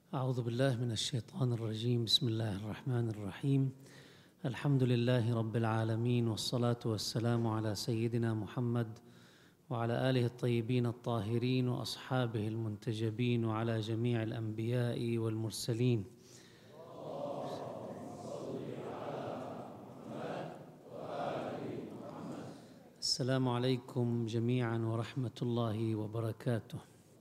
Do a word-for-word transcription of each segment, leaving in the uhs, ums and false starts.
أعوذ بالله من الشيطان الرجيم. بسم الله الرحمن الرحيم. الحمد لله رب العالمين، والصلاة والسلام على سيدنا محمد وعلى آله الطيبين الطاهرين وأصحابه المنتجبين وعلى جميع الأنبياء والمرسلين. السلام عليكم جميعا ورحمة الله وبركاته.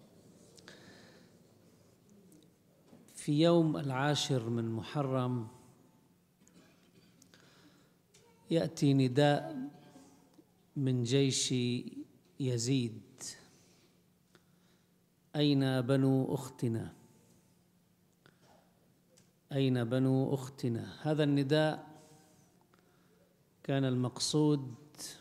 في يوم العاشر من محرم يأتي نداء من جيش يزيد: أين بنو أختنا؟ أين بنو أختنا؟ هذا النداء كان المقصود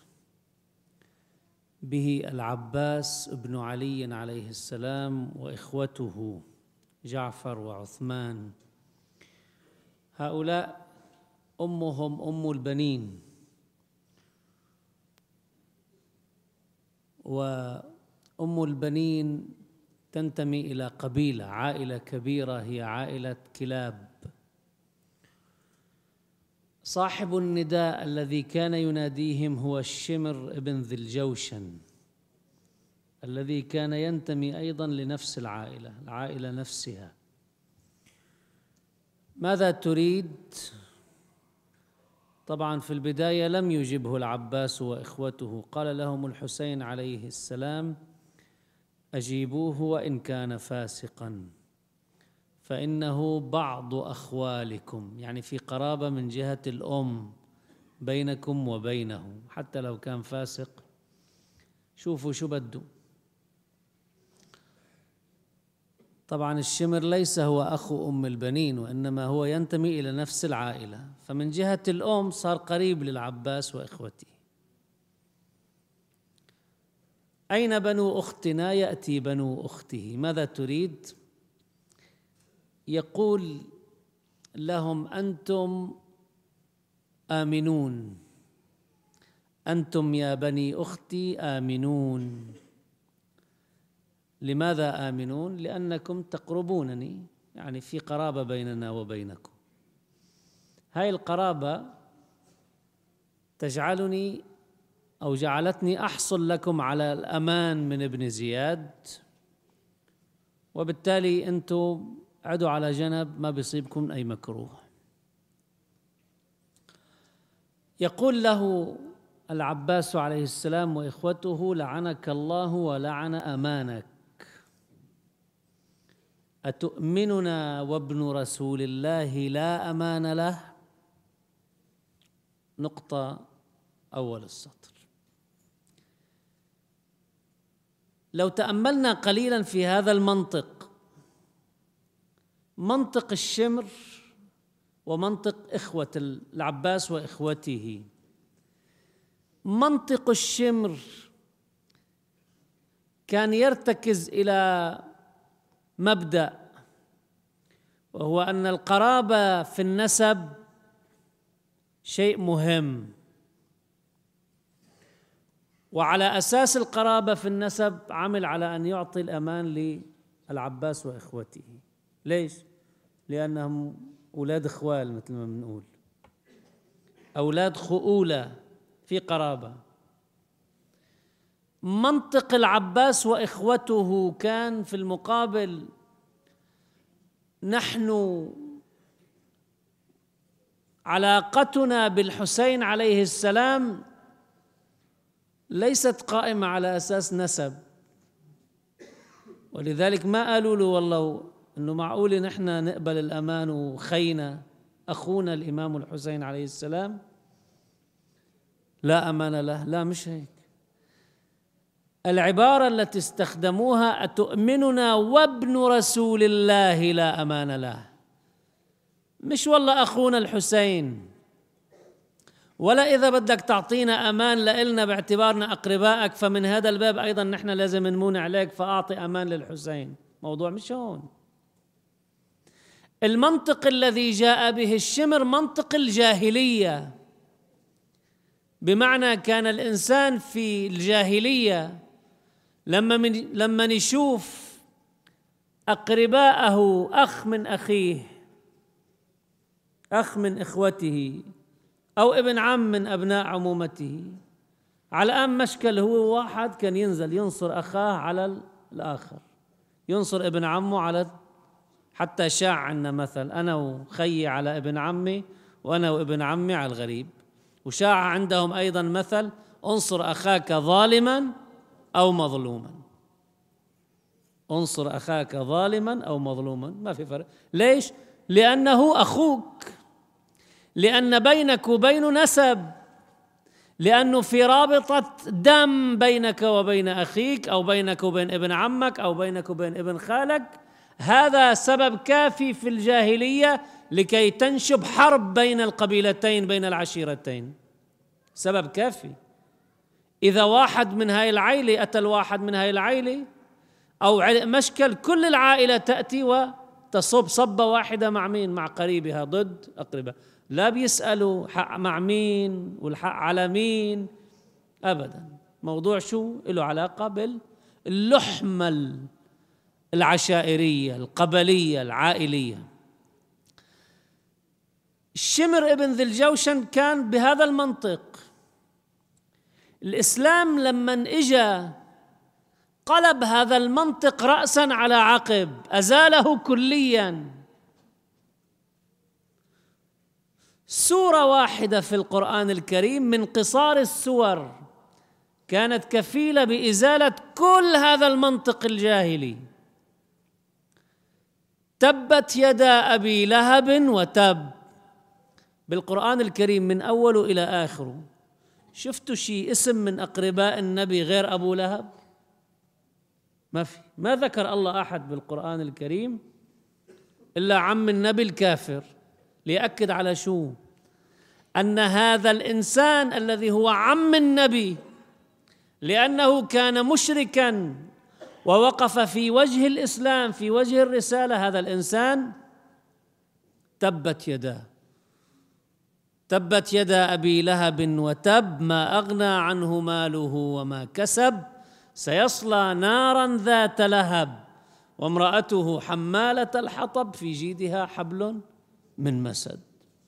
به العباس بن علي عليه السلام وإخوته جعفر وعثمان. هؤلاء أمهم أم البنين، وأم البنين تنتمي إلى قبيلة، عائلة كبيرة، هي عائلة كلاب. صاحب النداء الذي كان يناديهم هو الشمر بن ذي الجوشن، الذي كان ينتمي أيضا لنفس العائلة، العائلة نفسها. ماذا تريد؟ طبعا في البداية لم يجبه العباس وإخوته، قال لهم الحسين عليه السلام: أجيبوه وإن كان فاسقا فإنه بعض أخوالكم، يعني في قرابة من جهة الأم بينكم وبينه، حتى لو كان فاسق شوفوا شو بده. طبعا الشمر ليس هو أخو أم البنين، وإنما هو ينتمي إلى نفس العائلة، فمن جهة الأم صار قريب للعباس وإخوته. أين بنو أختنا؟ يأتي بنو أخته. ماذا تريد؟ يقول لهم: أنتم آمنون، أنتم يا بني أختي آمنون. لماذا آمنون؟ لأنكم تقربونني، يعني في قرابة بيننا وبينكم. هاي القرابة تجعلني أو جعلتني أحصل لكم على الأمان من ابن زياد، وبالتالي أنتم عدوا على جنب، ما بيصيبكم أي مكروه. يقول له العباس عليه السلام وإخوته: لعنك الله ولعن أمانك، أتؤمننا وابن رسول الله لا أمان له؟ نقطة أول السطر. لو تأملنا قليلا في هذا المنطق، منطق الشمر ومنطق إخوة العباس وإخوته، منطق الشمر كان يرتكز إلى مبدأ، وهو أن القرابة في النسب شيء مهم، وعلى أساس القرابة في النسب عمل على أن يعطي الأمان للعباس وإخوته. ليش؟ لأنهم أولاد إخوال، مثل ما بنقول، أولاد خؤولة، في قرابة. منطق العباس وإخوته كان في المقابل: نحن علاقتنا بالحسين عليه السلام ليست قائمة على أساس نسب، ولذلك ما قالوا له والله إنه معقول نحن نقبل الأمان وخينا أخونا الإمام الحسين عليه السلام لا أمان له. لا، مش هيك. العبارة التي استخدموها: أتؤمننا وابن رسول الله لا أمان له، مش والله أخونا الحسين، ولا إذا بدك تعطينا أمان لإلنا باعتبارنا أقربائك فمن هذا الباب أيضا نحن لازم نمون عليك فأعطي أمان للحسين. موضوع مش هون. المنطق الذي جاء به الشمر منطق الجاهلية، بمعنى كان الإنسان في الجاهلية لما من لما نشوف أقرباءه، أخ من أخيه، أخ من إخوته، أو ابن عم من أبناء عمومته. على الآن مشكل، هو واحد كان ينزل ينصر أخاه على الآخر، ينصر ابن عمه على، حتى شاع عنا مثل أنا وخيي على ابن عمي، وأنا وابن عمي على الغريب. وشاع عندهم أيضا مثل انصر أخاك ظالما أو مظلوما، انصر أخاك ظالما أو مظلوما، ما في فرق. ليش؟ لأنه أخوك، لأن بينك وبينه نسب، لأنه في رابطة دم بينك وبين أخيك، أو بينك وبين ابن عمك، أو بينك وبين ابن خالك. هذا سبب كافي في الجاهلية لكي تنشب حرب بين القبيلتين، بين العشيرتين، سبب كافي. إذا واحد من هاي العائلة قتل واحد من هاي العائلة أو مشكل، كل العائلة تأتي وتصب صبة واحدة مع مين؟ مع قريبها ضد أقربها، لا بيسألوا حق مع مين والحق على مين أبدا. موضوع شو له علاقة باللحمة العشائرية القبلية العائلية. الشمر ابن ذي الجوشن كان بهذا المنطق. الإسلام لما اجى قلب هذا المنطق رأسا على عقب، أزاله كليا. سورة واحدة في القرآن الكريم من قصار السور كانت كفيلة بإزالة كل هذا المنطق الجاهلي. تبت يدا أبي لهب وتب، بالقرآن الكريم من أوله إلى آخره. شفتوا شيء اسم من أقرباء النبي غير أبو لهب؟ ما في، ما ذكر الله أحد بالقرآن الكريم إلا عم النبي الكافر، ليأكد على شو؟ أن هذا الإنسان الذي هو عم النبي، لأنه كان مشركاً ووقف في وجه الإسلام، في وجه الرسالة، هذا الإنسان تبت يداه، تبت يدا أبي لهب وتب، ما أغنى عنه ماله وما كسب، سيصلى نارا ذات لهب وامرأته حمالة الحطب في جيدها حبل من مسد.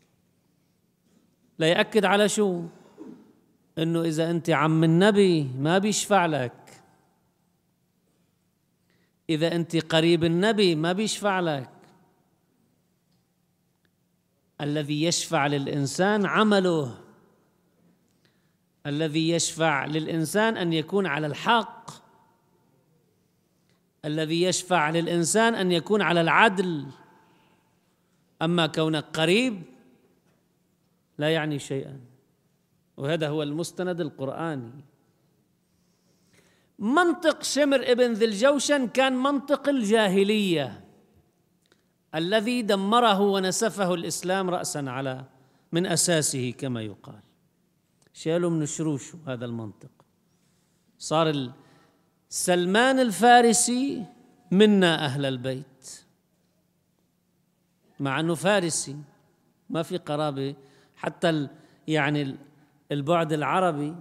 لا يأكد على شو؟ إنه إذا أنت عم النبي ما بيشفع لك، إذا أنت قريب النبي ما بيشفع لك. الذي يشفع للإنسان عمله، الذي يشفع للإنسان أن يكون على الحق، الذي يشفع للإنسان أن يكون على العدل. أما كونك قريب لا يعني شيئا، وهذا هو المستند القرآني. منطق شمر ابن ذي الجوشن كان منطق الجاهلية الذي دمره ونسفه الإسلام رأسا على من أساسه كما يقال. شالوا من شروشه هذا المنطق، صار سلمان الفارسي منا أهل البيت، مع أنه فارسي ما في قرابة، حتى يعني البعد العربي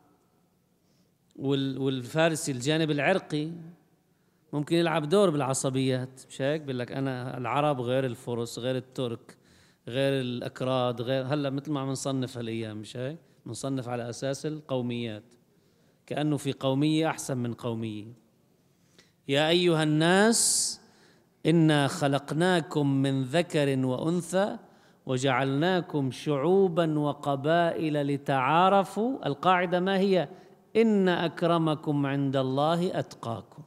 والفارسي الجانب العرقي ممكن يلعب دور بالعصبيات، مش هيك؟ بيقول لك أنا العرب غير الفرس غير الترك غير الأكراد غير، هلا مثل ما عم نصنف هالأيام، مش هيك؟ نصنف على أساس القوميات، كأنه في قومية أحسن من قومية. يا أيها الناس إنا خلقناكم من ذكر وأنثى وجعلناكم شعوبا وقبائل لتعارفوا. القاعدة ما هي؟ إن أكرمكم عند الله أتقاكم.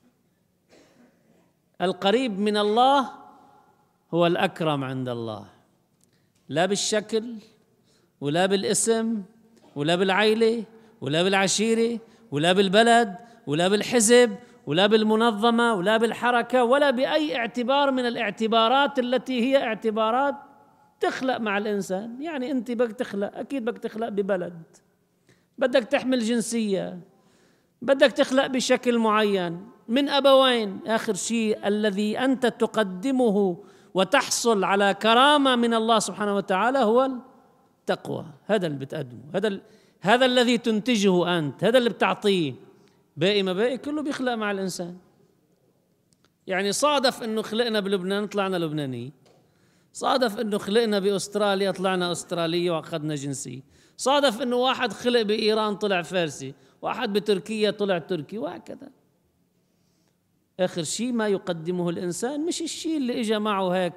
القريب من الله هو الأكرم عند الله، لا بالشكل ولا بالاسم ولا بالعيلة ولا بالعشيرة ولا بالبلد ولا بالحزب ولا بالمنظمة ولا بالحركة ولا بأي اعتبار من الاعتبارات التي هي اعتبارات تخلق مع الإنسان. يعني أنت بدك تخلق، أكيد بدك تخلق ببلد، بدك تحمل جنسية، بدك تخلق بشكل معين من أبوين. آخر شيء الذي أنت تقدمه وتحصل على كرامة من الله سبحانه وتعالى هو التقوى. هذا اللي بتقدمه، هذا هذا الذي تنتجه أنت، هذا اللي بتعطيه. باقي ما باقي كله بيخلق مع الإنسان. يعني صادف انه خلقنا بلبنان طلعنا لبناني، صادف انه خلقنا باستراليا طلعنا استرالي واخذنا جنسية، صادف انه واحد خلق بايران طلع فارسي، واحد بتركيا طلع تركي، وهكذا. اخر شيء ما يقدمه الانسان مش الشيء اللي اجى معه هيك،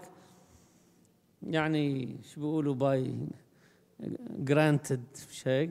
يعني شو بيقولوا باي جرانتد، مش هيك؟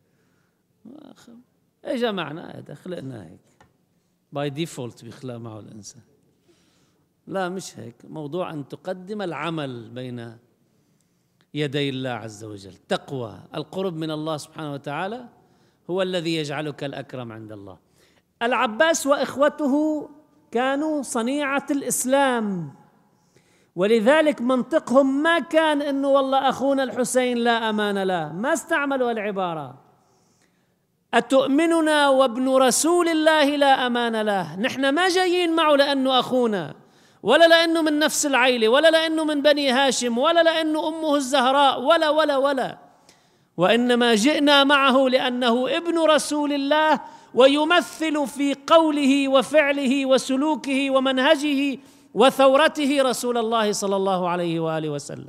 اجى معنا هذا، خلقنا هيك باي ديفولت، بيخلق معه الانسان. لا مش هيك، موضوع ان تقدم العمل بين يدي الله عز وجل. تقوى القرب من الله سبحانه وتعالى هو الذي يجعلك الأكرم عند الله. العباس وإخوته كانوا صنيعة الإسلام، ولذلك منطقهم ما كان إنه والله أخونا الحسين لا أمان له، ما استعملوا العبارة أتؤمننا وابن رسول الله لا أمان له. نحن ما جايين معه لأنه أخونا، ولا لأنه من نفس العيلة، ولا لأنه من بني هاشم، ولا لأنه أمه الزهراء، ولا ولا ولا وإنما جئنا معه لأنه ابن رسول الله، ويمثل في قوله وفعله وسلوكه ومنهجه وثورته رسول الله صلى الله عليه وآله وسلم.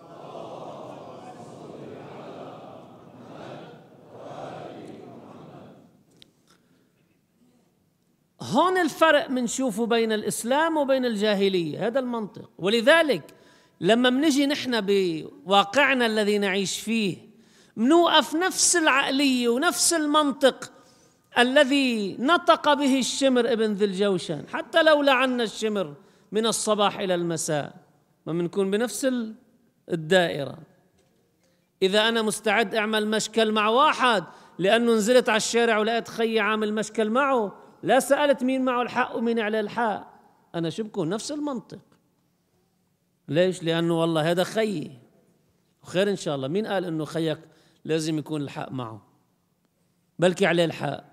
هون الفرق منشوفه بين الإسلام وبين الجاهلية، هذا المنطق. ولذلك لما منجي نحن بواقعنا الذي نعيش فيه منوقف نفس العقلية ونفس المنطق الذي نطق به الشمر ابن ذي الجوشن، حتى لو لعنا الشمر من الصباح إلى المساء ما منكون بنفس الدائرة. إذا أنا مستعد أعمل مشكل مع واحد لأنه نزلت على الشارع ولقيت خيي عامل مشكل معه، لا سألت مين معه الحق ومين عليه الحق، أنا شو بكون نفس المنطق. ليش؟ لأنه والله هذا خيي وخير إن شاء الله. مين قال إنه خيك لازم يكون الحق معه؟ بلكي عليه الحق.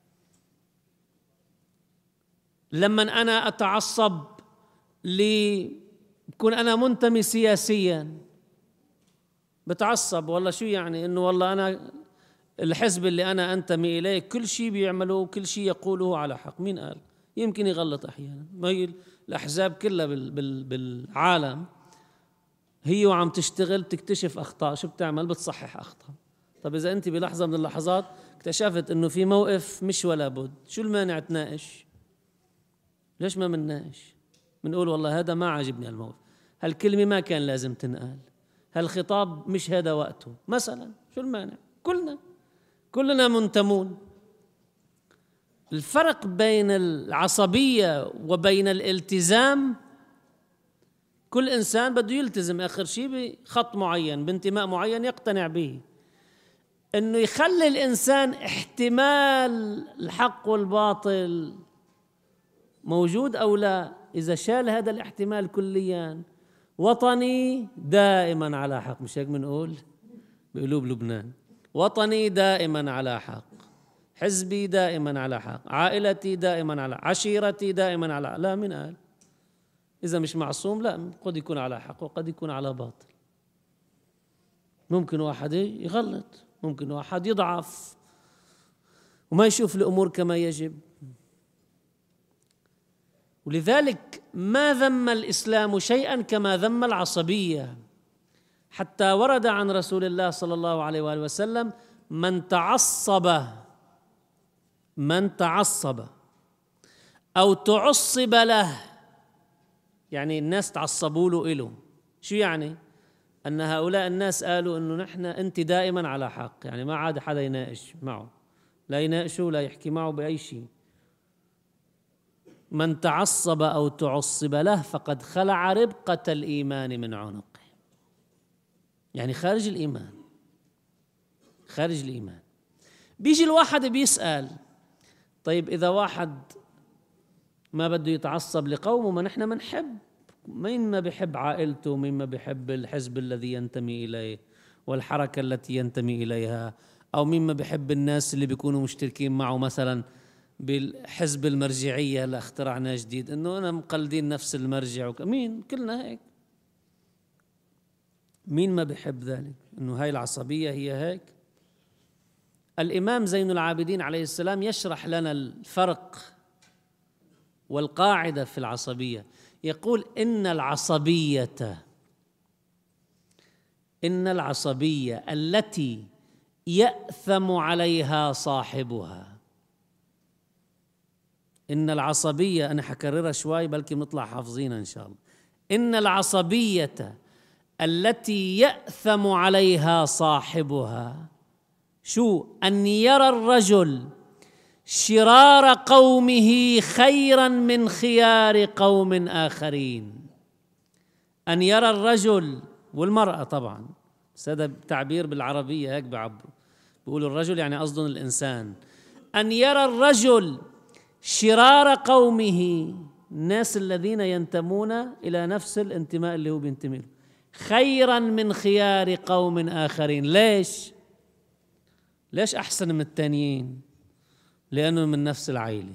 لما أنا أتعصب لكون أنا منتمي سياسيا، بتعصب والله شو يعني إنه والله أنا الحزب اللي أنا أنتمي إليه كل شيء بيعملوه كل شيء يقوله على حق. مين قال؟ يمكن يغلط أحيانا. ما هي الأحزاب كلها بالعالم هي وعم تشتغل تكتشف أخطاء، شو بتعمل؟ بتصحح أخطاء. طب إذا أنت بلحظة من اللحظات اكتشفت إنه في موقف مش ولا بد، شو المانع تناقش؟ ليش ما منناقش؟ منقول والله هذا ما عجبني الموقف، هالكلمة ما كان لازم تنقال، هالخطاب مش هذا وقته مثلا، شو المانع؟ كلنا كلنا منتمون. الفرق بين العصبية وبين الالتزام، كل إنسان بده يلتزم آخر شيء بخط معين بانتماء معين يقتنع به. إنه يخلي الإنسان احتمال الحق والباطل موجود أو لا، إذا شال هذا الاحتمال كليا، وطني دائما على حق، مش هيك بنقول بقلوب لبنان؟ وطني دائما على حق، حزبي دائما على حق، عائلتي دائما على، عشيرتي دائما على. لا، من قال؟ إذا مش معصوم لا، قد يكون على حق وقد يكون على باطل. ممكن واحد يغلط، ممكن واحد يضعف وما يشوف الأمور كما يجب. ولذلك ما ذم الإسلام شيئا كما ذم العصبية، حتى ورد عن رسول الله صلى الله عليه وآله وسلم من تعصب من تعصب أو تعصب له، يعني الناس تعصبوا له إله. شو يعني؟ أن هؤلاء الناس قالوا أنه نحن أنت دائما على حق، يعني ما عاد حدا يناقش معه، لا يناقشه ولا يحكي معه بأي شيء. من تعصب أو تعصب له فقد خلع ربقة الإيمان من عنقه، يعني خارج الإيمان، خارج الإيمان. بيجي الواحد بيسأل طيب إذا واحد ما بده يتعصب لقومه، ما نحن منحب، مين ما بيحب عائلته، مين ما بيحب الحزب الذي ينتمي إليه والحركة التي ينتمي إليها، أو مين ما بيحب الناس اللي بيكونوا مشتركين معه مثلا بالحزب المرجعية اللي اخترعناه جديد، إنه أنا مقلدين نفس المرجع وك... مين؟ كلنا هيك. مين ما بيحب ذلك؟ إنه هاي العصبية هي هيك. الإمام زين العابدين عليه السلام يشرح لنا الفرق والقاعدة في العصبية يقول إن العصبية إن العصبية التي يأثم عليها صاحبها. إن العصبية، أنا حكررها شوي بلكي بنطلع حافظينها إن شاء الله. إن العصبية التي يأثم عليها صاحبها شو؟ أن يرى الرجل شرار قومه خيرا من خيار قوم آخرين. أن يرى الرجل والمرأة طبعا، بس هذا تعبير بالعربية هيك بعبروا، بيقولوا الرجل يعني قصدهم الإنسان. أن يرى الرجل شرار قومه، الناس الذين ينتمون إلى نفس الانتماء اللي هو بينتمي له، خيرا من خيار قوم آخرين. ليش؟ ليش أحسن من التانيين؟ لأنه من نفس العائلة.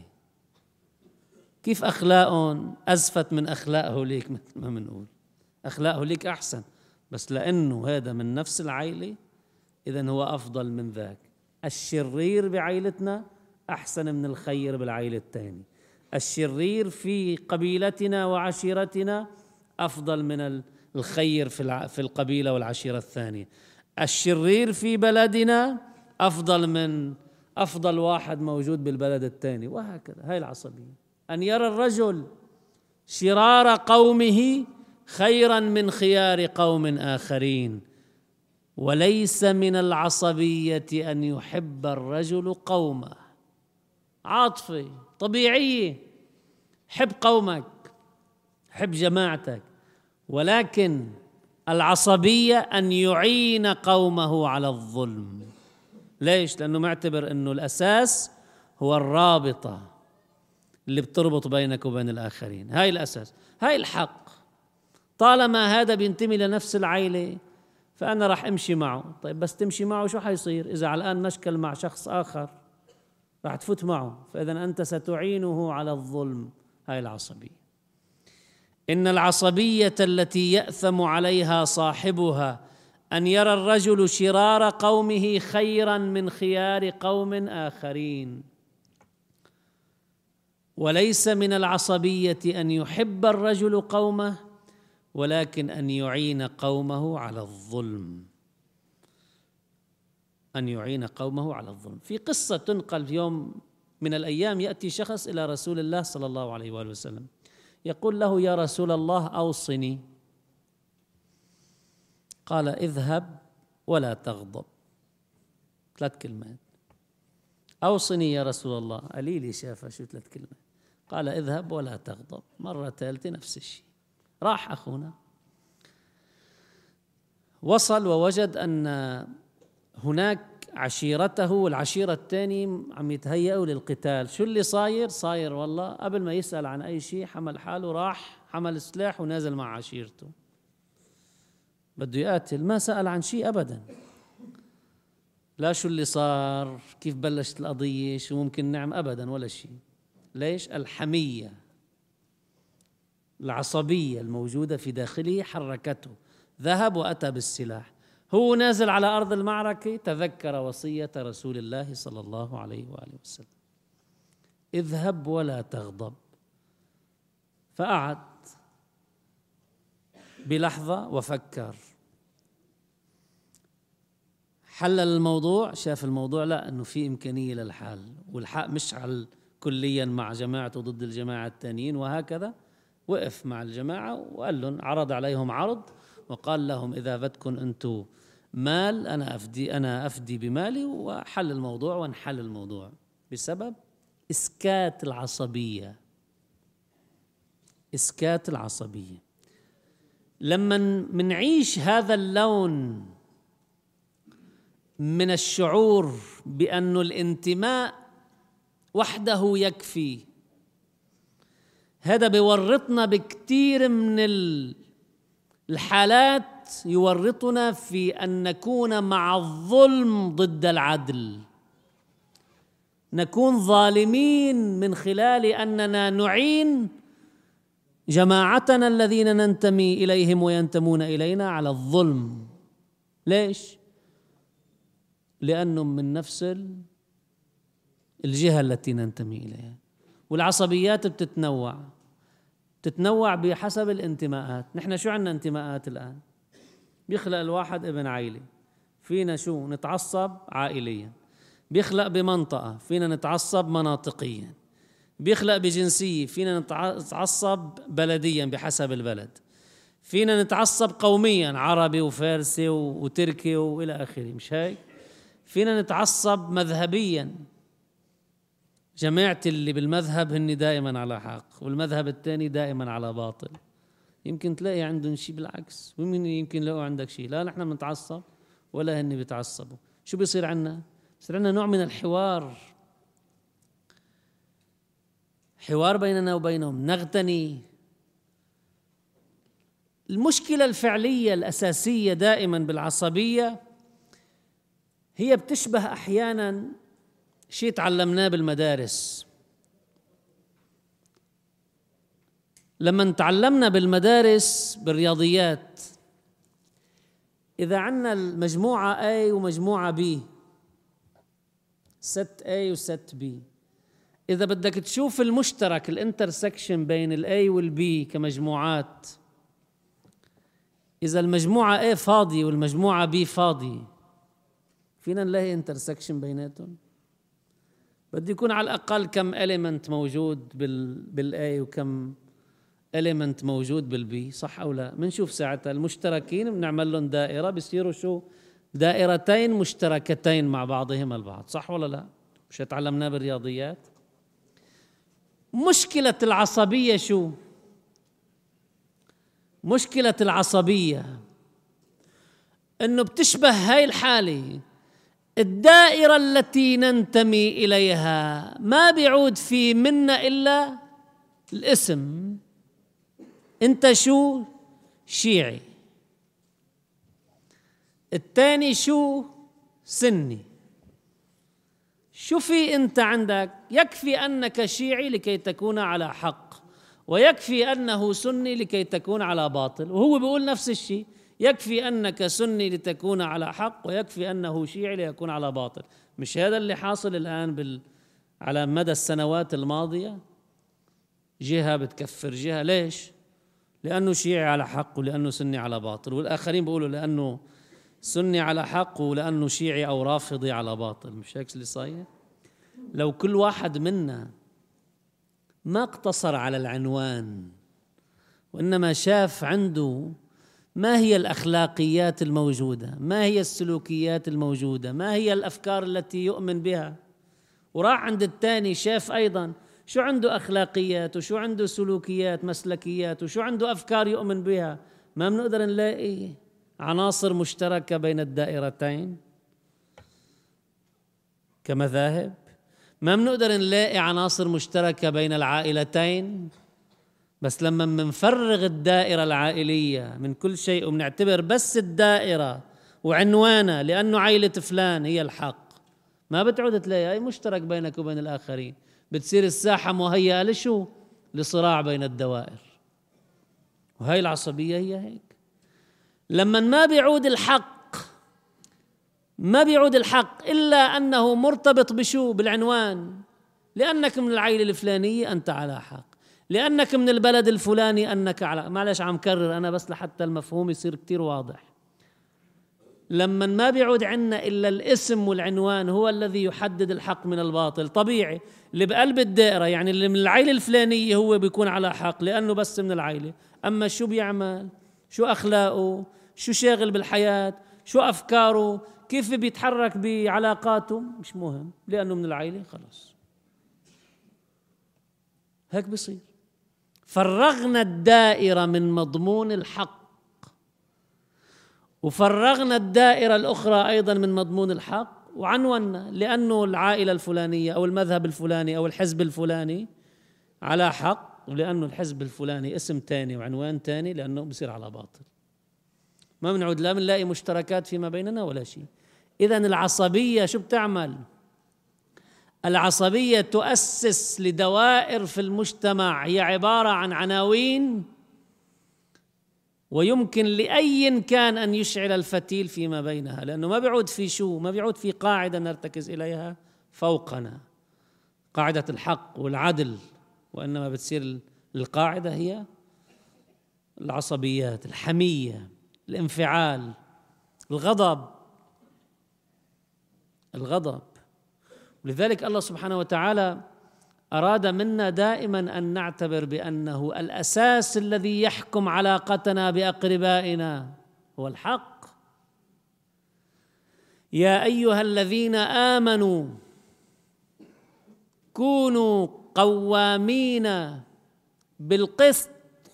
كيف أخلاقهم أزفت من أخلاق هوليك؟ مثل ما بنقول أخلاق هوليك أحسن، بس لأنه هذا من نفس العائلة إذن هو أفضل من ذاك. الشرير بعائلتنا أحسن من الخير بالعائلة الثانية. الشرير في قبيلتنا وعشيرتنا أفضل من الخير في في القبيلة والعشيرة الثانية. الشرير في بلدنا أفضل من أفضل واحد موجود بالبلد الثاني، وهكذا. هاي العصبية. أن يرى الرجل شرار قومه خيرا من خيار قوم آخرين. وليس من العصبية أن يحب الرجل قومه. عاطفة طبيعية، حب قومك، حب جماعتك، ولكن العصبية أن يعين قومه على الظلم. ليش؟ لأنه معتبر أنه الأساس هو الرابطة اللي بتربط بينك وبين الآخرين. هاي الأساس، هاي الحق. طالما هذا بينتمي لنفس العائلة فأنا راح أمشي معه. طيب بس تمشي معه شو حيصير؟ إذا على الآن مشكل مع شخص آخر راح تفوت معه، فإذا أنت ستعينه على الظلم. هاي العصبية. إن العصبية التي يأثم عليها صاحبها أن يرى الرجل شرار قومه خيرا من خيار قوم آخرين. وليس من العصبية أن يحب الرجل قومه، ولكن أن يعين قومه على الظلم. أن يعين قومه على الظلم. في قصة تنقل في يوم من الأيام، يأتي شخص إلى رسول الله صلى الله عليه وآله وسلم يقول له: يا رسول الله أوصني. قال: اذهب ولا تغضب. ثلاث كلمات. أوصني يا رسول الله، قليل شافها شو ثلاث كلمات. قال: اذهب ولا تغضب. مرة ثالثة نفس الشيء. راح أخونا، وصل ووجد أن هناك عشيرته والعشيرة الثانية عم يتهيئوا للقتال. شو اللي صاير؟ صاير والله قبل ما يسأل عن أي شيء حمل حاله، راح حمل سلاح ونازل مع عشيرته بده يقاتل. ما سأل عن شيء أبدا، لا شو اللي صار، كيف بلشت القضية، شو ممكن نعمل، أبدا ولا شيء. ليش؟ الحمية العصبية الموجودة في داخله حركته. ذهب وأتى بالسلاح. هو نازل على أرض المعركة تذكر وصية رسول الله صلى الله عليه وآله وسلم: اذهب ولا تغضب. فقعد بلحظة وفكر، حلل الموضوع، شاف الموضوع لا أنه في إمكانية للحل، والحق مش على كليا مع جماعته ضد الجماعة التانيين، وهكذا وقف مع الجماعة وقال لهم، عرض عليهم عرض وقال لهم: إذا بدكم أنتم مال أنا أفدي أنا أفدي بمالي. وحل الموضوع وانحل الموضوع بسبب إسكات العصبية. إسكات العصبية. لما منعيش هذا اللون من الشعور بأن الانتماء وحده يكفي، هذا بيورطنا بكثير من الحالات، يورطنا في أن نكون مع الظلم ضد العدل. نكون ظالمين من خلال أننا نعين جماعتنا الذين ننتمي إليهم وينتمون إلينا على الظلم. ليش؟ لأنهم من نفس الجهة التي ننتمي إليها. والعصبيات بتتنوع تتنوع بحسب الانتماءات. نحن شو عندنا انتماءات الآن؟ بيخلق الواحد ابن عائلة، فينا شو نتعصب عائليا، بيخلق بمنطقة فينا نتعصب مناطقيا، بيخلق بجنسية فينا نتعصب بلديا بحسب البلد، فينا نتعصب قوميا عربي وفارسي وتركي وإلى آخره، مش هيك؟ فينا نتعصب مذهبيا، جماعة اللي بالمذهب هن دائما على حق والمذهب الثاني دائما على باطل. يمكن تلاقي عندهم شيء بالعكس، ومن يمكن يلاقوا عندك شيء. لا نحن بنتعصب ولا هن بيتعصبوا. شو بيصير عنا؟ بيصير عنا نوع من الحوار، حوار بيننا وبينهم، نغتني. المشكلة الفعلية الأساسية دائما بالعصبية هي بتشبه أحيانا شيء تعلمناه بالمدارس. لما تعلمنا بالمدارس بالرياضيات، إذا عنا المجموعة A ومجموعة B، ست A وست B، إذا بدك تشوف المشترك الانترسكشن بين ال A وال B كمجموعات، إذا المجموعة A فاضية والمجموعة B فاضية، فينا نلاقي انترسكشن بيناتهم؟ بده يكون على الأقل كم إليمنت موجود بال بالA وكم إليمنت موجود بالبي، صح أو لا؟ منشوف ساعتها المشتركين بنعمل لهم دائرة، بيصيروا شو؟ دائرتين مشتركتين مع بعضهما البعض، صح ولا لا؟ مش تعلمناه بالرياضيات؟ مشكلة العصبية شو؟ مشكلة العصبية إنه بتشبه هاي الحالة، الدائرة التي ننتمي إليها ما بيعود في منا إلا الاسم. أنت شو؟ شيعي. الثاني شو؟ سني. شو في أنت عندك؟ يكفي أنك شيعي لكي تكون على حق، ويكفي أنه سني لكي تكون على باطل، وهو بيقول نفس الشيء، يكفي أنك سني لتكون على حق، ويكفي أنه شيعي ليكون على باطل. مش هذا اللي حاصل الآن بال... على مدى السنوات الماضية؟ جهة بتكفر جهة، ليش؟ لأنه شيعي على حق ولأنه سني على باطل، والآخرين بيقولوا لأنه سني على حق ولأنه شيعي أو رافضي على باطل. مش هيك اللي صاير؟ لو كل واحد منا ما اقتصر على العنوان وإنما شاف عنده ما هي الأخلاقيات الموجودة، ما هي السلوكيات الموجودة، ما هي الأفكار التي يؤمن بها، وراح عند الثاني شاف أيضا شو عنده أخلاقيات وشو عنده سلوكيات مسلكيات وشو عنده أفكار يؤمن بها، ما بنقدر نلاقي عناصر مشتركة بين الدائرتين كمذاهب؟ ما بنقدر نلاقي عناصر مشتركة بين العائلتين؟ بس لما منفرغ الدائرة العائلية من كل شيء وبنعتبر بس الدائرة وعنوانها لأنه عائلة فلان هي الحق، ما بتعود تلاقي أي مشترك بينك وبين الآخرين. بتصير الساحة مهيئة لشو؟ لصراع بين الدوائر. وهي العصبية هي هيك. لما ما بيعود الحق، ما بيعود الحق إلا أنه مرتبط بشو؟ بالعنوان. لأنك من العائلة الفلانية أنت على حق، لأنك من البلد الفلاني أنك على، معلش عم كرر أنا بس لحتى المفهوم يصير كتير واضح. لما ما بيعود عنا إلا الاسم والعنوان هو الذي يحدد الحق من الباطل، طبيعي اللي بقلب الدائرة يعني اللي من العائلة الفلانية هو بيكون على حق لأنه بس من العائلة، أما شو بيعمل، شو أخلاقه، شو شاغل بالحياة، شو أفكاره، كيف بيتحرك بعلاقاته، مش مهم لأنه من العائلة خلاص. هيك بصير. فرغنا الدائرة من مضمون الحق، وفرغنا الدائرة الأخرى أيضا من مضمون الحق، وعنونا لأنه العائلة الفلانية أو المذهب الفلاني أو الحزب الفلاني على حق، ولأنه الحزب الفلاني اسم تاني وعنوان تاني لأنه بصير على باطل. ما بنعود لا بنلاقي مشتركات فيما بيننا ولا شيء. إذن العصبية شو بتعمل؟ العصبية تؤسس لدوائر في المجتمع هي عبارة عن عناوين، ويمكن لأي كان أن يشعل الفتيل فيما بينها، لأنه ما بيعود في شو؟ ما بيعود في قاعدة نرتكز إليها فوقنا، قاعدة الحق والعدل وإنما بتصير القاعدة هي العصبيات، الحمية، الانفعال، الغضب الغضب لذلك الله سبحانه وتعالى أراد منا دائما أن نعتبر بأنه الأساس الذي يحكم علاقتنا بأقربائنا هو الحق. يا أيها الذين آمنوا كونوا قوامين بالقسط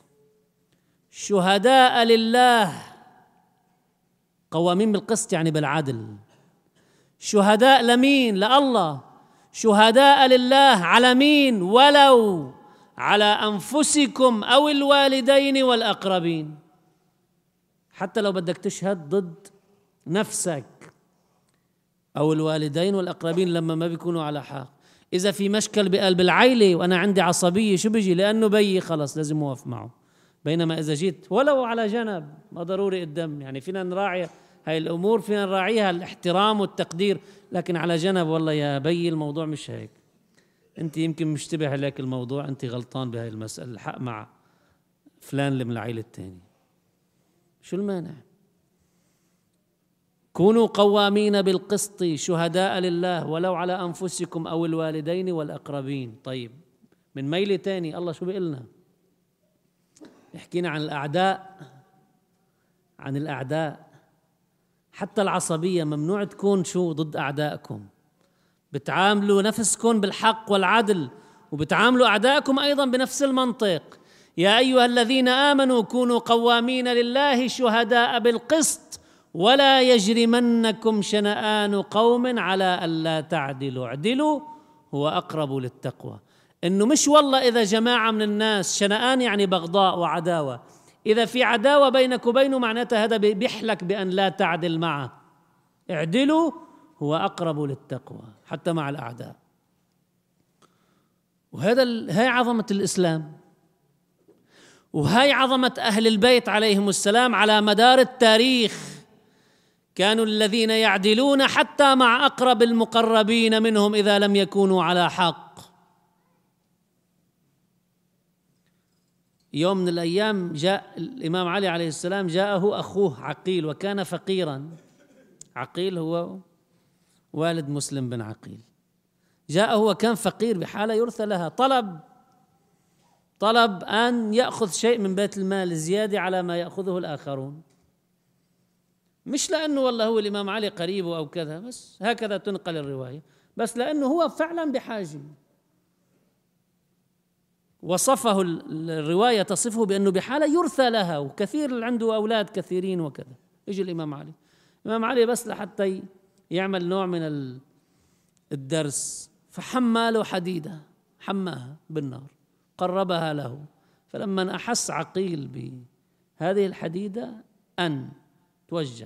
شهداء لله. قوامين بالقسط يعني بالعدل. شهداء لمين؟ لله. شهداء لله على مين؟ ولو على أنفسكم أو الوالدين والأقربين. حتى لو بدك تشهد ضد نفسك أو الوالدين والأقربين لما ما بيكونوا على حق. إذا في مشكل بقلب العائلة وأنا عندي عصبية شو بيجي؟ لأنه بيي خلص لازم أوقف معه. بينما إذا جيت ولو على جنب ما ضروري قدام، يعني فينا نراعي هاي الأمور، فينا نراعيها الاحترام والتقدير، لكن على جنب والله يا بي الموضوع مش هيك، أنت يمكن مشتبه عليك الموضوع، أنت غلطان بهاي المسألة، الحق مع فلان اللي من العائلة الثاني. شو المانع؟ كونوا قوامين بالقسط شهداء لله ولو على أنفسكم أو الوالدين والأقربين. طيب من ميلة تاني الله شو بيقلنا؟ يحكينا عن الأعداء، عن الأعداء. حتى العصبية ممنوع تكون شو ضد أعدائكم، بتعاملوا نفسكم بالحق والعدل وبتعاملوا أعدائكم أيضا بنفس المنطق. يا أيها الذين آمنوا كونوا قوامين لله شهداء بالقسط ولا يجرمنكم شنآن قوم على ألا تعدلوا اعدلوا هو أقرب للتقوى. إنه مش والله إذا جماعة من الناس، شنآن يعني بغضاء وعداوة، إذا في عداوة بينك وبينه معناتها هذا بيحلك بأن لا تعدل معه. اعدلوا هو أقرب للتقوى حتى مع الأعداء. وهذا هاي عظمة الإسلام، وهاي عظمة أهل البيت عليهم السلام على مدار التاريخ. كانوا الذين يعدلون حتى مع أقرب المقربين منهم إذا لم يكونوا على حق. يوم من الأيام جاء الإمام علي عليه السلام، جاءه أخوه عقيل وكان فقيرا. عقيل هو والد مسلم بن عقيل. جاءه وكان فقير بحالة يرثى لها، طلب طلب أن يأخذ شيء من بيت المال زيادة على ما يأخذه الآخرون، مش لأنه والله هو الإمام علي قريبه أو كذا، بس هكذا تنقل الرواية، بس لأنه هو فعلا بحاجة. وصفه الرواية تصفه بأنه بحالة يرثى لها، وكثير عنده أولاد كثيرين وكذا. يجي الإمام علي الإمام علي بس لحتى يعمل نوع من الدرس، فحمى له حديدة، حماها بالنار، قربها له. فلما أحس عقيل بهذه الحديدة أن توجع،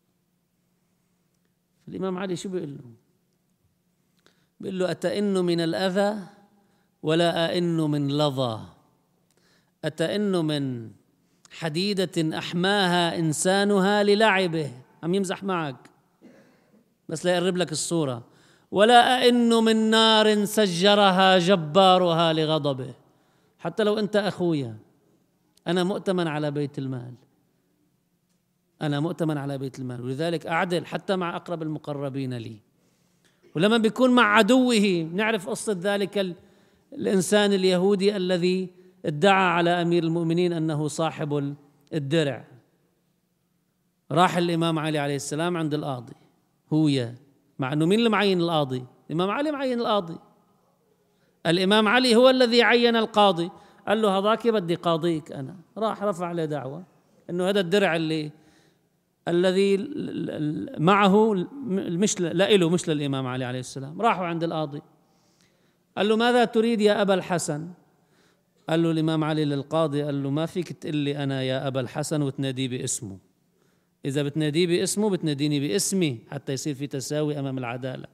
الإمام علي شو بيقول له؟ بيقول له أتئن من الأذى ولا أئن من لظى. أتئن من حديدة أحماها إنسانها للعبه، عم يمزح معك بس لا يقرب لك الصورة. ولا أئن من نار سجرها جبارها لغضبه. حتى لو أنت أخويا، أنا مؤتمن على بيت المال، أنا مؤتمن على بيت المال، ولذلك أعدل حتى مع أقرب المقربين لي. ولما بيكون مع عدوه، نعرف قصة ذلك الإنسان اليهودي الذي ادعى على أمير المؤمنين أنه صاحب الدرع. راح الإمام علي عليه السلام عند القاضي، هو يا مع أنه مين اللي معين القاضي؟ الإمام علي معين القاضي. الإمام علي هو الذي عين القاضي. قال له هذاك بدي قاضيك أنا. راح رفع له دعوة أنه هذا الدرع اللي الذي معه مش لإله، مش للإمام علي عليه السلام. راحوا عند القاضي، قال له ماذا تريد يا أبا الحسن؟ قال له الإمام علي للقاضي، قال له ما فيك تقول لي أنا يا أبا الحسن وتناديه باسمه، إذا بتناديه باسمه بتناديني باسمي حتى يصير في تساوي أمام العدالة.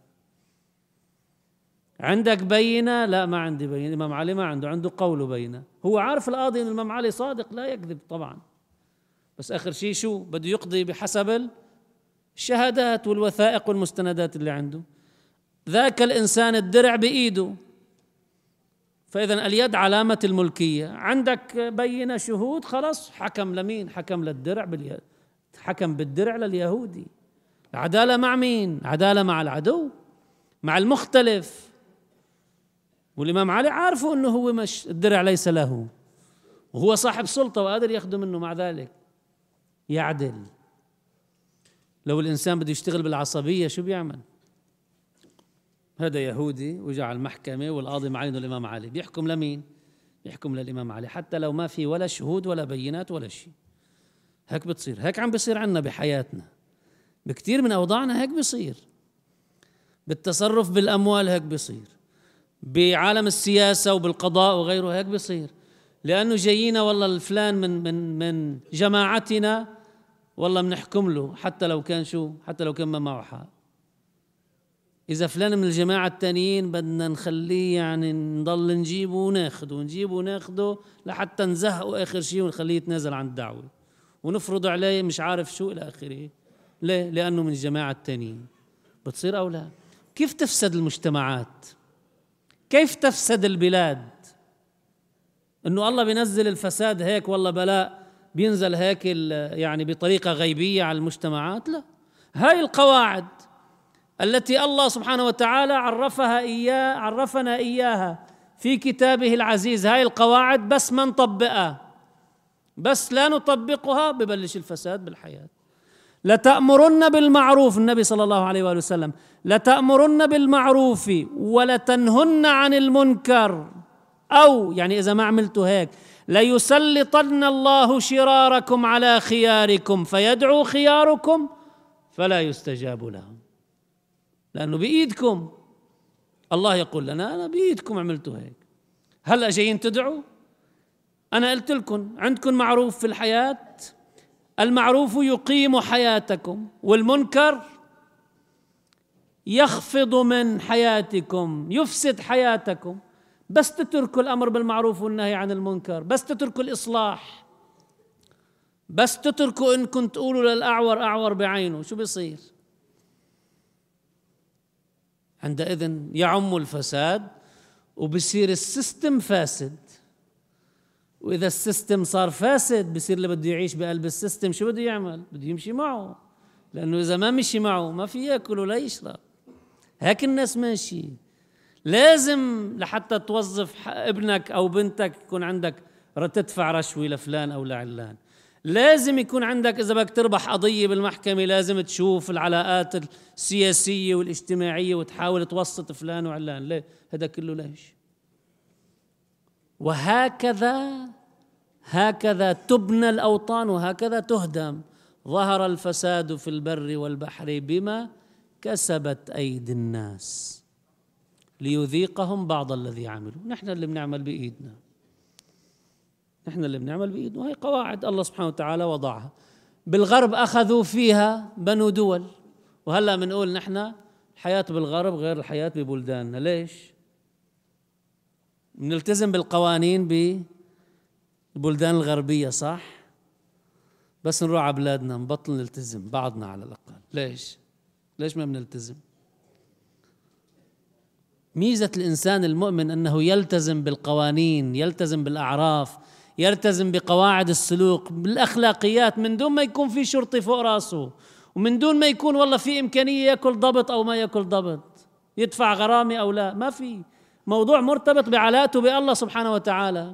عندك بينة؟ لا ما عندي بينة. الإمام علي ما عنده، عنده قول بينة. هو عارف القاضي أن الإمام علي صادق لا يكذب طبعا، بس آخر شيء شو بده يقضي بحسب الشهادات والوثائق والمستندات اللي عنده. ذاك الإنسان الدرع بإيده، فإذا اليد علامة الملكية. عندك بينة شهود، خلاص حكم لمين؟ حكم للدرع باليد، حكم بالدرع لليهودي. العدالة مع مين؟ عدالة مع العدو، مع المختلف. والإمام علي عارفه أنه هو مش الدرع ليس له، وهو صاحب سلطة وقادر ياخده منه، مع ذلك يعدل. لو الإنسان بده يشتغل بالعصبية شو بيعمل؟ هذا يهودي وجع المحكمة والقاضي معينه الإمام علي، بيحكم لمين؟ بيحكم للإمام علي، حتى لو ما في ولا شهود ولا بينات ولا شيء. هيك بتصير، هيك عم بيصير عنا بحياتنا، بكتير من أوضاعنا هيك بيصير. بالتصرف بالأموال هيك بيصير، بعالم السياسة وبالقضاء وغيره هيك بيصير، لأنه جايينا والله الفلان من من من جماعتنا والله بنحكم له، حتى لو كان شو، حتى لو كان ما معه حق. إذا فلان من الجماعة التانيين بدنا نخليه يعني نضل نجيبه وناخده ونجيبه وناخده لحتى نزهقه آخر شيء ونخليه يتنازل عن الدعوة ونفرض عليه مش عارف شو إلى آخره. ليه؟ لأنه من الجماعة التانيين. بتصير أو لا؟ كيف تفسد المجتمعات؟ كيف تفسد البلاد؟ إنه الله بينزل الفساد هيك، والله بلاء بينزل هيك يعني بطريقة غيبية على المجتمعات؟ لا، هاي القواعد التي الله سبحانه وتعالى عرفها إياه عرفنا إياها في كتابه العزيز، هاي القواعد بس ما نطبقها، بس لا نطبقها ببلش الفساد بالحياة. لتأمرن بالمعروف، النبي صلى الله عليه وآله وسلم، لتأمرن بالمعروف ولتنهن عن المنكر، أو يعني إذا ما عملتوا هيك ليسلطن الله شراركم على خياركم فيدعو خياركم فلا يستجاب لهم. لأنه بإيدكم، الله يقول لنا أنا بإيدكم عملتوا هيك. هلأ جايين تدعوا؟ أنا قلت لكم عندكم معروف في الحياة، المعروف يقيم حياتكم والمنكر يخفض من حياتكم، يفسد حياتكم. بس تتركوا الأمر بالمعروف والنهي عن المنكر، بس تتركوا الإصلاح، بس تتركوا إنكم تقولوا للأعور أعور بعينه، شو بيصير؟ عندئذ يعم الفساد وبصير السيستم فاسد. وإذا السيستم صار فاسد بصير اللي بده يعيش بقلب السيستم شو بده يعمل؟ بده يمشي معه، لأنه إذا ما مشي معه ما في يأكل ولا يشرب. هيك الناس ماشي. لازم لحتى توظف ابنك أو بنتك يكون عندك تدفع رشوة لفلان أو لعلان، لازم يكون عندك إذا بدك تربح قضية بالمحكمة لازم تشوف العلاقات السياسية والاجتماعية وتحاول توسط فلان وعلان. ليه؟ هذا كله ليش؟ وهكذا هكذا تبنى الأوطان وهكذا تهدم. ظهر الفساد في البر والبحر بما كسبت أيدي الناس ليذيقهم بعض الذي عملوا. نحن اللي بنعمل بإيدنا، نحن اللي بنعمل بإيدنا. وهي قواعد الله سبحانه وتعالى وضعها. بالغرب أخذوا فيها بنوا دول، وهلأ بنقول نحن الحياة بالغرب غير الحياة ببلداننا. ليش؟ بنلتزم بالقوانين بالبلدان الغربية صح، بس نروح على بلادنا نبطل نلتزم بعضنا على الأقل. ليش؟ ليش ما بنلتزم؟ ميزة الإنسان المؤمن أنه يلتزم بالقوانين، يلتزم بالأعراف، يلتزم بقواعد السلوك، بالأخلاقيات، من دون ما يكون في شرطي فوق راسه، ومن دون ما يكون والله في إمكانية يأكل ضبط أو ما يأكل ضبط، يدفع غرامة أو لا، ما في. موضوع مرتبط بعلاقته بالله سبحانه وتعالى.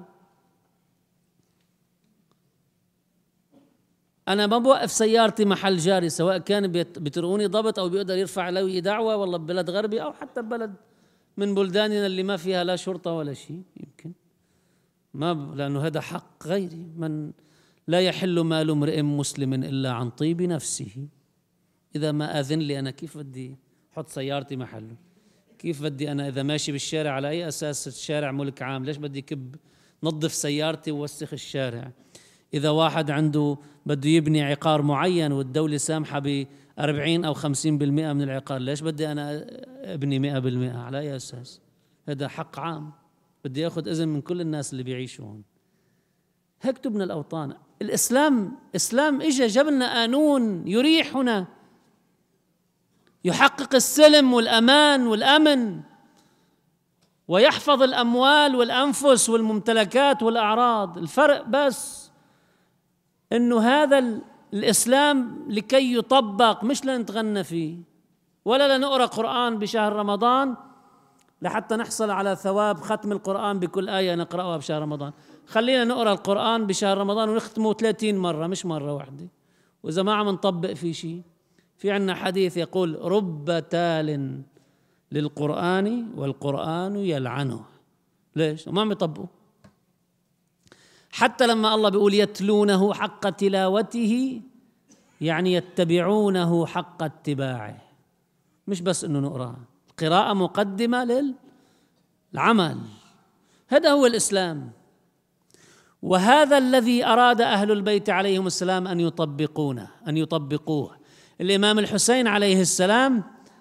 أنا ما بوقف سيارتي محل جاري سواء كان بيترقوني ضبط أو بيقدر يرفع علي دعوة والله ببلد غربي أو حتى ببلد من بلداننا اللي ما فيها لا شرطة ولا شيء. يمكن ما ب... لأنه هذا حق غيري. من لا يحل مال امرئ مسلم إلا عن طيب نفسه. إذا ما أذن لي أنا كيف بدي حط سيارتي محله؟ كيف بدي أنا إذا ماشي بالشارع على أي أساس الشارع ملك عام؟ ليش بدي كب نظف سيارتي ووسخ الشارع؟ إذا واحد عنده بده يبني عقار معين والدولة سامحة بأربعين أو خمسين بالمئة من العقار، ليش بدي أنا أبني مئة بالمئة؟ على أي أساس؟ هذا حق عام، بدي أخذ إذن من كل الناس اللي بيعيشوا هون. هيك تبنى الأوطان. الإسلام إسلام إجا جاب لنا قانون يريحنا، يحقق السلم والأمان والأمن. ويحفظ الأموال والأنفس والممتلكات والأعراض. الفرق بس إنه هذا الإسلام لكي يطبق، مش لنتغنى فيه ولا لنقرأ قرآن بشهر رمضان لحتى نحصل على ثواب ختم القرآن بكل آية نقرأها بشهر رمضان. خلينا نقرأ القرآن بشهر رمضان ونختمه ثلاثين مرة مش مرة واحدة، وإذا ما عم نطبق في شيء. في عنا حديث يقول: رب تال للقرآن والقرآن يلعنه. ليش؟ وما عم يطبقوا. حتى لما الله بيقول يتلونه حق تلاوته، يعني يتبعونه حق اتباعه، مش بس انه نقرأ. القراءة مقدمة للعمل. هذا هو الإسلام، وهذا الذي أراد أهل البيت عليهم السلام أن يطبقونه أن يطبقوه. الإمام الحسين عليه السلام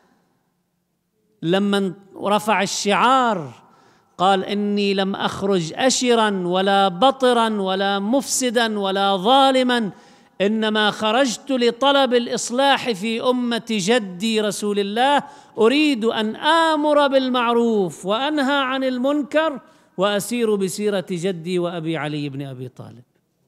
لما رفع الشعار قال: إني لم أخرج أشرا ولا بطرا ولا مفسدا ولا ظالما، إنما خرجت لطلب الإصلاح في أمة جدي رسول الله، أريد أن آمر بالمعروف وأنهى عن المنكر وأسير بسيرة جدي وأبي علي بن أبي طالب.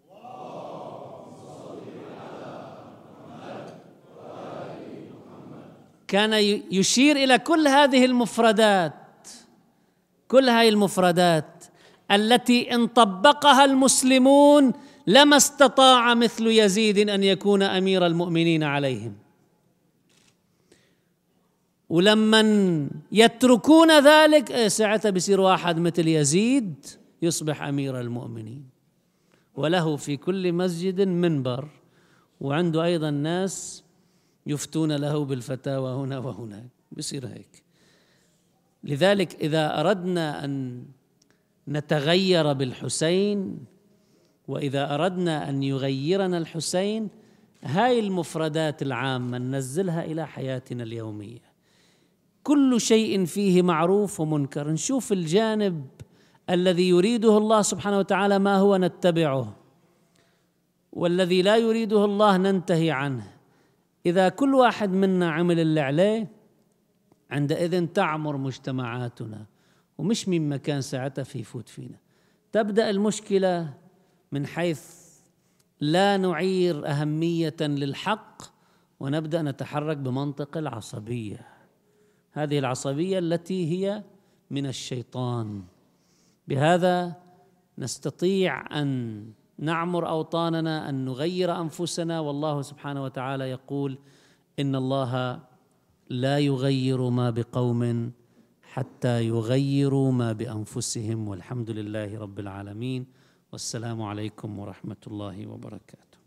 كان يشير إلى كل هذه المفردات كل هذه المفردات التي إن طبقها المسلمون لما استطاع مثل يزيد أن يكون أمير المؤمنين عليهم، ولمن يتركون ذلك ساعتها بيصير واحد مثل يزيد يصبح أمير المؤمنين، وله في كل مسجد منبر، وعنده أيضا ناس يفتون له بالفتاوى هنا وهناك، بيصير هيك. لذلك إذا أردنا أن نتغير بالحسين، وإذا أردنا أن يغيرنا الحسين، هاي المفردات العامة ننزلها إلى حياتنا اليومية. كل شيء فيه معروف ومنكر، نشوف الجانب الذي يريده الله سبحانه وتعالى ما هو نتبعه، والذي لا يريده الله ننتهي عنه. إذا كل واحد منا عمل اللي عليه، عندئذ تعمر مجتمعاتنا، ومش من مكان ساعتها في يفوت فينا. تبدأ المشكلة من حيث لا نعير أهمية للحق، ونبدأ نتحرك بمنطق العصبية، هذه العصبية التي هي من الشيطان. بهذا نستطيع أن نعمر أوطاننا، أن نغير أنفسنا. والله سبحانه وتعالى يقول: إن الله لا يغير ما بقوم حتى يغيروا ما بأنفسهم. والحمد لله رب العالمين، والسلام عليكم ورحمة الله وبركاته.